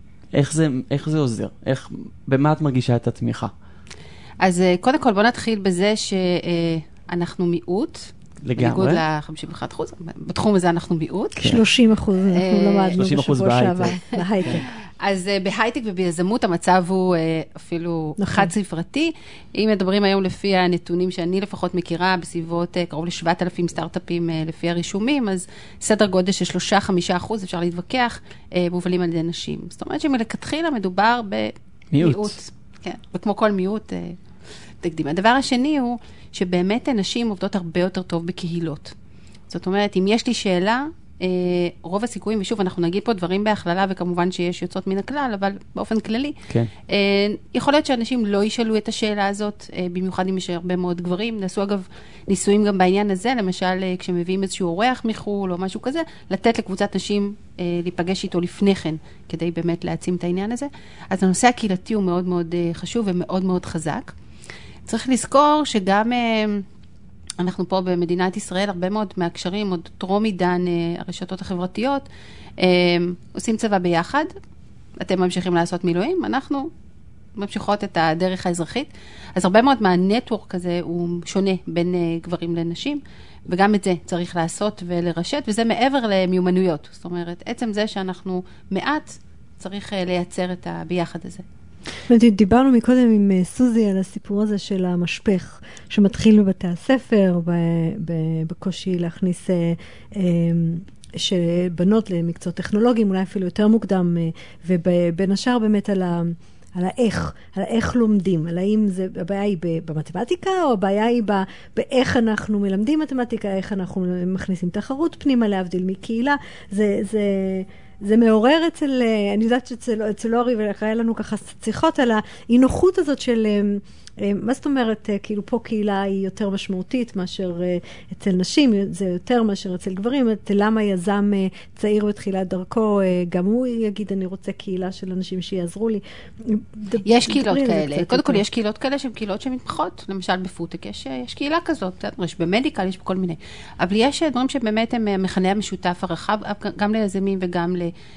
איך זה עוזר? במה את מרגישה את התמיכה?
אז קודם כל בוא נתחיל בזה שאנחנו מיעוט. לגמרי. בניגוד ל-51%. בתחום הזה אנחנו מיעוט.
30% אנחנו למדנו בשבוע שעבר בהייטק.
אז בהייטק וביזמות המצב הוא אפילו חד ספרתי. אם מדברים היום לפי הנתונים שאני לפחות מכירה, בסביבות קרוב ל-7,000 סטארט-אפים לפי הרישומים, אז סדר גודל של 3-5% אפשר להתווכח, מובלים על ידי נשים. זאת אומרת שמלכתחילה מדובר במיעוט. כן, וכמו כל מיעוט תקדים. הדבר השני הוא שבאמת נשים עובדות הרבה יותר טוב בקהילות. זאת אומרת, אם יש לי שאלה, רוב הסיכויים, ושוב, אנחנו נגיד פה דברים בהכללה, וכמובן שיש יוצאות מן הכלל, אבל באופן כללי, כן. יכול להיות שאנשים לא ישאלו את השאלה הזאת, במיוחד אם יש הרבה מאוד גברים. נעשו אגב ניסויים גם בעניין הזה, למשל, כשמביאים איזשהו אורח מחול או משהו כזה, לתת לקבוצת נשים להיפגש איתו לפני כן, כדי באמת להעצים את העניין הזה. אז הנושא הקהילתי הוא מאוד מאוד חשוב ומאוד מאוד חזק. צריך לזכור שגם אנחנו פה במדינת ישראל, הרבה מאוד מהקשרים, עוד טרום עידן הרשתות החברתיות, עושים צבא ביחד, אתם ממשיכים לעשות מילואים, אנחנו ממשיכות את הדרך האזרחית, אז הרבה מאוד מהנטוורק הזה הוא שונה בין גברים לנשים, וגם את זה צריך לעשות ולרשת, וזה מעבר למיומנויות, זאת אומרת, עצם זה שאנחנו מעט צריך לייצר את הביחד הזה.
דיברנו מקודם עם סוזי על הסיפור הזה של המשפך, שמתחיל בבתי הספר, בקושי להכניס בנות למקצועות טכנולוגיים, אולי אפילו יותר מוקדם, ובין השאר באמת על על איך לומדים, על האם הבעיה היא במתמטיקה, או הבעיה היא באיך אנחנו מלמדים מתמטיקה, איך אנחנו מכניסים תחרות פנימה, להבדיל מקהילה. זה מעורר אני יודעת שאצל אורי ולקראה לנו ככה שיחות על האי-נוחות הזאת של, מה זאת אומרת, כאילו פה קהילה היא יותר משמעותית מאשר אצל נשים, זה יותר מאשר אצל גברים, למה יזם צעיר בתחילת דרכו, גם הוא יגיד, אני רוצה קהילה של אנשים שיעזרו לי.
יש קהילות כאלה. קודם כל, יש קהילות כאלה שהן קהילות שמתמחות. למשל, בפוטק יש קהילה כזאת, יש במדיקל, יש בכל מיני. אבל יש דברים שבאמת הם המכנה המשותף הרחב, גם ליזמים וגם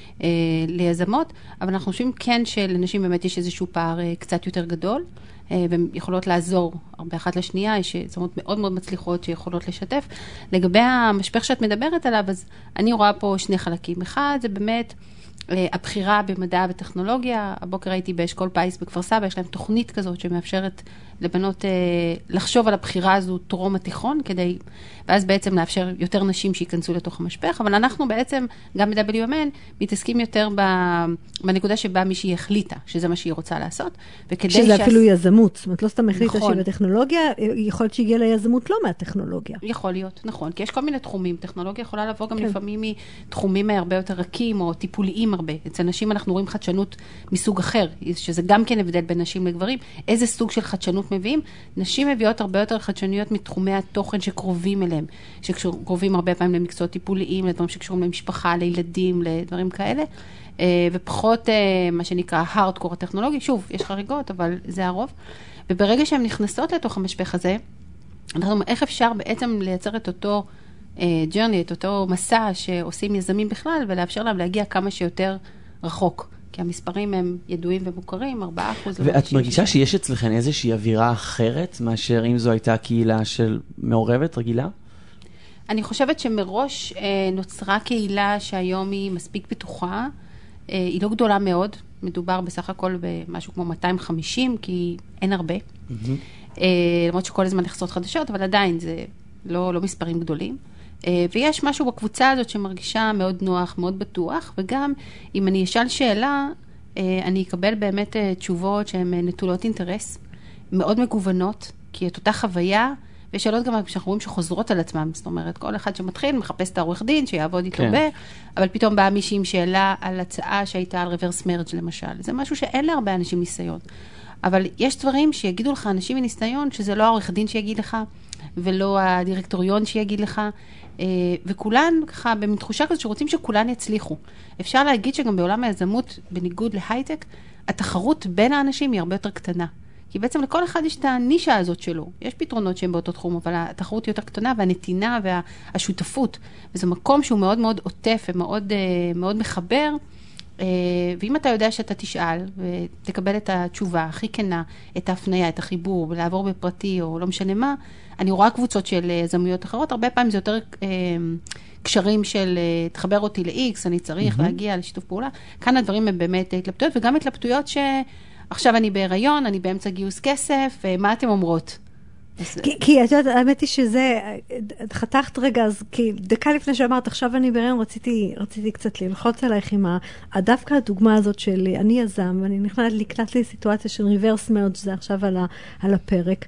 ליזמות, אבל אנחנו חושבים כן שלנשים באמת יש איזשהו פער קצת יותר גדול, והן יכולות לעזור הרבה אחת לשנייה, יש יזמות מאוד מאוד מצליחות שיכולות לשתף. לגבי המשפך שאת מדברת עליו, אז אני רואה פה שני חלקים. אחד, זה באמת הבחירה במדע וטכנולוגיה. הבוקר הייתי באשכול פייס בכפר סבא, יש להם תוכנית כזאת שמאפשרת לבנות לחשוב על הבחירה הזו טרום התיכון, ואז בעצם לאפשר יותר נשים שיכנסו לתוך המשפך, אבל אנחנו בעצם, גם ב-WMN, מתעסקים יותר בנקודה שבה מישהי החליטה, שזה מה שהיא רוצה לעשות,
שזה אפילו יזמות, זאת אומרת, לא סתם החליטה שהיא בטכנולוגיה, יכול להיות שהגיעה ליזמות לא מהטכנולוגיה.
יכול להיות, נכון, כי יש כל מיני תחומים, טכנולוגיה יכולה לבוא גם לפעמים מתחומים הרבה יותר רכים, או טיפוליים הרבה. אצל נשים אנחנו רואים חדשנות מסוג אחר, שזה גם כן הבדל בין נשים לגברים. איזה סוג של חדשנות מביאים? נשים מביאות הרבה יותר חדשנויות מתחומי התוכן שקרובים אליהם, שקרובים הרבה פעמים למקצועות טיפוליים, לדברים שקשורים למשפחה, לילדים, לדברים כאלה, ופחות מה שנקרא הארדקור הטכנולוגי. שוב, יש חריגות, אבל זה הרוב. וברגע שהן נכנסות לתוך המשפך הזה, אנחנו אומרים, איך אפשר בעצם לייצר את אותו ג'רני, את אותו מסע שעושים יזמים בכלל, ולאפשר להם להגיע כמה שיותר רחוק. כי המספרים הם ידועים ומוכרים, 4%.
ואת מרגישה שיש אצלכם איזושהי אווירה אחרת, מאשר אם זו הייתה קהילה של מעורבת, רגילה?
אני חושבת שמראש נוצרה קהילה שהיום היא מספיק פתוחה, היא לא גדולה מאוד, מדובר בסך הכל במשהו כמו 250, כי אין הרבה. למרות שכל הזמן נכסות חדשות, אבל עדיין זה לא מספרים גדולים. ויש משהו בקבוצה הזאת שמרגישה מאוד נוח, מאוד בטוח, וגם אם אני אשאל שאלה, אני אקבל באמת תשובות שהן נטולות אינטרס, מאוד מגוונות, כי את אותה חוויה, ויש שאלות גם שאנחנו רואים שחוזרות על עצמם, זאת אומרת, כל אחד שמתחיל מחפש את העורך דין, שיעבוד איתו אבל פתאום באה מישהי עם שאלה על הצעה שהייתה על ריברס מרג' למשל. זה משהו שאין להרבה אנשים ניסיון. אבל יש דברים שיגידו לך אנשים מניסיון, שזה לא העורך דין שיגיד לך, ולא הדירקטוריון שיגיד לך, וכולן ככה במין תחושה כזאת שרוצים שכולן יצליחו. אפשר להגיד שגם בעולם היזמות, בניגוד להייטק, התחרות בין האנשים היא הרבה יותר קטנה. כי בעצם לכל אחד יש את הנישה הזאת שלו. יש פתרונות שהם באותו תחום, אבל התחרות היא יותר קטנה, והנתינה והשותפות, וזה מקום שהוא מאוד מאוד עוטף ומאוד מאוד מחבר, ואם אתה יודע שאתה תשאל ותקבל את התשובה הכי כנה, את ההפניה, את החיבור, ולעבור בפרטי או לא משנה מה, אני רואה קבוצות של יזמויות אחרות, הרבה פעמים זה יותר קשרים של תחבר אותי ל-X, אני צריך להגיע לשיתוף פעולה. כאן הדברים הם באמת התלבטויות, וגם התלבטויות שעכשיו אני בהיריון, אני באמצע גיוס כסף, מה אתם אומרות?
כי את יודעת, האמת היא שזה, חתכת רגע, אז כי דקה לפני שאמרת, עכשיו אני בהיריון, רציתי קצת ללחוץ עלייך עם דווקא הדוגמה הזאת של אני יזם, ואני נקלט לי סיטואציה של ריברס מרג' זה עכשיו על הפרק.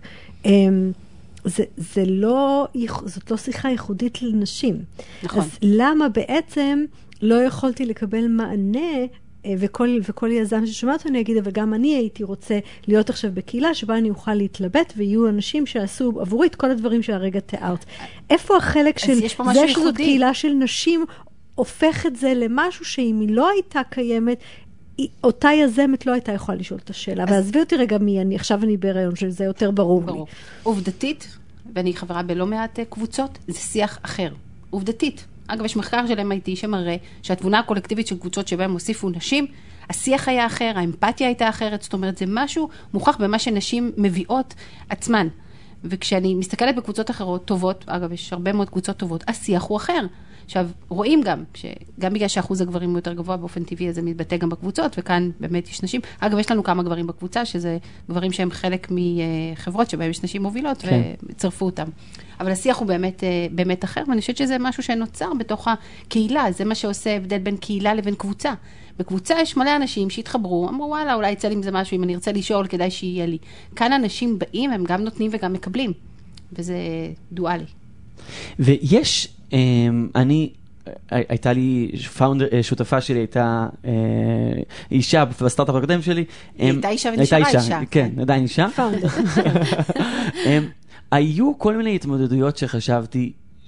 זאת לא שיחה ייחודית לנשים.
נכון.
אז למה בעצם לא יכולתי לקבל מענה, וכל יזם ששומע אותו אני אגיד, אבל גם אני הייתי רוצה להיות עכשיו בקהילה שבה אני אוכל להתלבט, ויהיו אנשים שעשו עבורי את כל הדברים שהרגע תיארת. איפה החלק של זה שזאת קהילה של נשים, הופך את זה למשהו שאם היא לא הייתה קיימת, אותה יזמת לא הייתה יכולה לשאול את השאלה. ועזבי אותי רגע עכשיו אני בהיריון, שזה יותר ברור לי.
עובדתית, ואני חברה בלא מעט קבוצות, זה שיח אחר. עובדתית. אגב, יש מחקר של MIT שמראה שהתבונה הקולקטיבית של קבוצות שבהם הוסיפו נשים, השיח היה אחר, האמפתיה הייתה אחרת, זאת אומרת, זה משהו מוכח במה שנשים מביאות עצמן. וכשאני מסתכלת בקבוצות אחרות טובות, אגב, יש הרבה מאוד קבוצות טובות, השיח הוא אחר. עכשיו, רואים גם בגלל שאחוז הגברים הוא יותר גבוה באופן טבעי, אז זה מתבטא גם בקבוצות, וכאן באמת יש נשים. אגב, יש לנו כמה גברים בקבוצה, שזה גברים שהם חלק מחברות שבהם יש נשים מובילות, וצרפו אותם. אבל השיח הוא באמת אחר, ואני חושבת שזה משהו שנוצר בתוך הקהילה, זה מה שעושה הבדל בין קהילה לבין קבוצה. בקבוצה יש מלא אנשים שהתחברו, אמרו, וואלה, אולי יצא לי עם זה משהו, אם אני ארצה לשאול, כדאי שיהיה לי. כאן אנשים באים, הם גם נותנים וגם מקבלים, וזה דואלי.
ויש, הייתה לי שותפה שלי, הייתה אישה בסטארט-אפ הקודם שלי.
הייתה אישה ונשארה אישה.
כן, עדיין אישה. היו כל מיני התמודדויות שחשבתי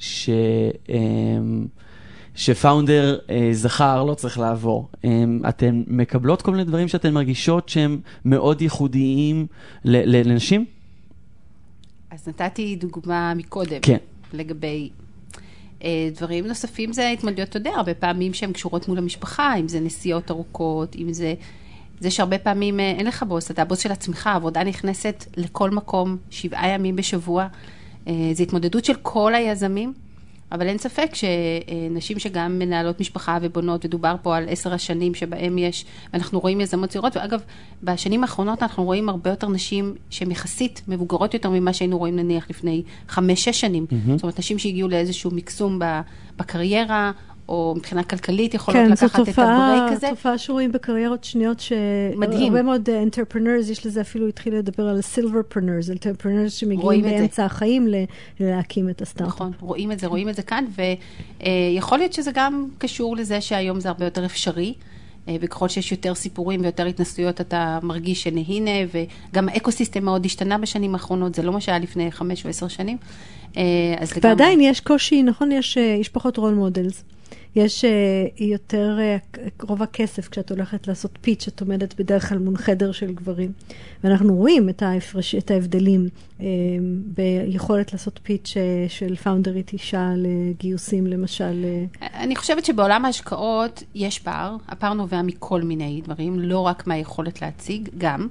שפאונדר זכר לא צריך לעבור. אתן מקבלות כל מיני דברים שאתן מרגישות שהם מאוד ייחודיים לנשים?
אז נתתי דוגמה מקודם.
כן.
לגבי דברים נוספים, זה התמודדויות, אתה יודע, הרבה פעמים שהן קשורות מול המשפחה, אם זה נסיעות ארוכות, אם זה שהרבה פעמים אין לך בוס, אתה הבוס של עצמך, העבודה נכנסת לכל מקום, 7 ימים בשבוע. זה התמודדות של כל היזמים, אבל אין ספק שנשים שגם מנהלות משפחה ובונות, ודובר פה על 10 השנים שבהם יש, ואנחנו רואים יזמות צעירות, ואגב, בשנים האחרונות אנחנו רואים הרבה יותר נשים שהן יחסית מבוגרות יותר ממה שהיינו רואים נניח לפני 5-6 שנים. זאת אומרת, נשים שהגיעו לאיזשהו מקסום בקריירה, או מבחינה כלכלית יכולות לקחת את הברייק הזה.
כן, זו תופעה שרואים בקריירות שניות שהרבה מאוד entrepreneurs, יש לזה אפילו התחיל לדבר על silverpreneurs, entrepreneurs שמגיעים באמצע החיים להקים את הסטארט-אפ.
נכון, רואים את זה כאן, ויכול להיות שזה גם קשור לזה שהיום זה הרבה יותר אפשרי, וככל שיש יותר סיפורים ויותר התנסויות, אתה מרגיש שנהינה, וגם האקוסיסטם מאוד השתנה בשנים האחרונות, זה לא מה שהיה לפני 5 או 10 שנים.
ועדיין יש קושי, נכון, יש פחות רול מודלס. יש יותר רוב הכסף כשאת הולכת לעשות פיץ', את עומדת בדרך כלל מול חדר של גברים. ואנחנו רואים את ההבדלים ביכולת לעשות פיץ' של פאונדרית אישה לגיוסים, למשל.
אני חושבת שבעולם ההשקעות יש פער. הפער נובע מכל מיני דברים, לא רק מהיכולת להציג, גם.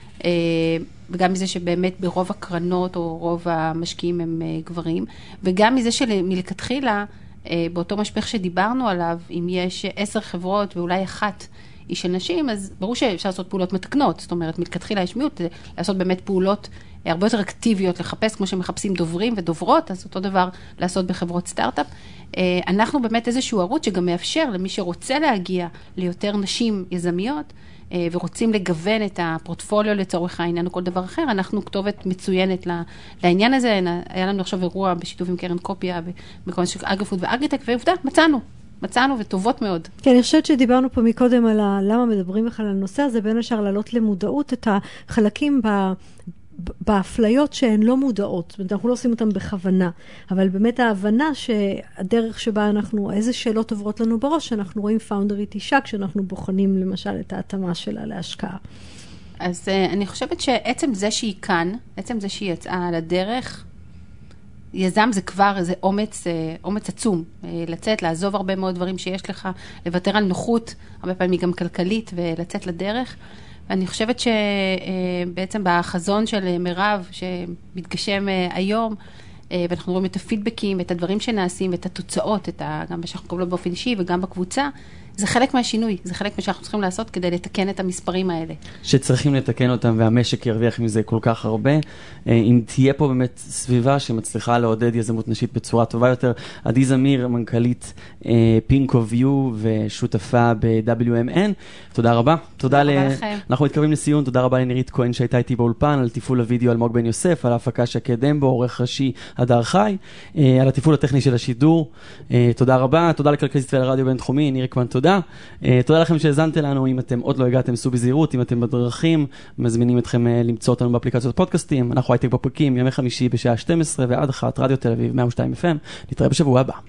וגם מזה שבאמת ברוב הקרנות או רוב המשקיעים הם גברים, וגם מזה שמלכתחילה, באותו משפך שדיברנו עליו, אם יש 10 חברות ואולי 1 היא של נשים, אז ברור שאפשר לעשות פעולות מתקנות. זאת אומרת, מלכתחילה יש מיעוט, לעשות באמת פעולות הרבה יותר אקטיביות, לחפש כמו שמחפשים דוברים ודוברות, אז אותו דבר לעשות בחברות סטארט-אפ. אנחנו באמת איזשהו ערוץ שגם מאפשר למי שרוצה להגיע ליותר נשים יזמיות, ורוצים לגוון את הפורטפוליו לצורך העניין או כל דבר אחר, אנחנו כתובת מצוינת לעניין הזה. היה לנו עכשיו אירוע בשיתוף עם קרן קופיה, בכל מיני אגרפוד ואגריטק, ועובדה, מצאנו וטובות מאוד.
כן, אני חושבת שדיברנו פה מקודם על למה מדברים בכלל על הנושא הזה, בין השאר להעלות למודעות את החלקים באפליות שהן לא מודעות, זאת אומרת, אנחנו לא עושים אותן בכוונה, אבל באמת ההבנה שהדרך שבה איזה שאלות עוברות לנו בראש, שאנחנו רואים פאונדרית אישה, כשאנחנו בוחנים למשל את ההתאמה שלה להשקעה.
אז אני חושבת שעצם זה שהיא כאן, עצם זה שהיא יצאה לדרך, יזם זה כבר איזה אומץ עצום, לצאת, לעזוב הרבה מאוד דברים שיש לך, לוותר על נוחות, הרבה פעמים גם כלכלית, ולצאת לדרך. ואני חושבת שבעצם בחזון של מירב, שמתגשם היום, ואנחנו רואים את הפידבקים, את הדברים שנעשים, את התוצאות, גם שאנחנו קובלות באופן אישי וגם בקבוצה, זה חלק מהשינוי, זה חלק מה שאנחנו צריכים לעשות כדי לתקן את המספרים האלה.
שצריכים לתקן אותם והמשק ירוויח מזה כל כך הרבה. אם תהיה פה באמת סביבה שמצליחה לעודד יזמות נשית בצורה טובה יותר. עדי זמיר, מנכ"לית Pink of You ושותפה ב-WMN. תודה רבה. תודה לכם. אנחנו מתקרבים לסיום. תודה רבה לנירית כהן שהייתה איתי באולפן, על טיפול הוידאו אלמוג בן יוסף, על ההפקה שקד דמבו, עורך ראשי הדר חי, על הטיפול הטכני של השידור. תודה רבה. תודה לכלכליסט ולרדיו בינתחומי, ניר אקמן, תודה. תודה לכם שהזנתם לנו. אם אתם עוד לא הגעתם, סעו בזהירות. אם אתם בדרכים, מזמינים אתכם למצוא אותנו באפליקציות פודקאסטים. אנחנו הייטק בפרקים, ימי חמישי בשעה 12 ועד 1, רדיו תל אביב 102 FM. נתראה בשבוע הבא.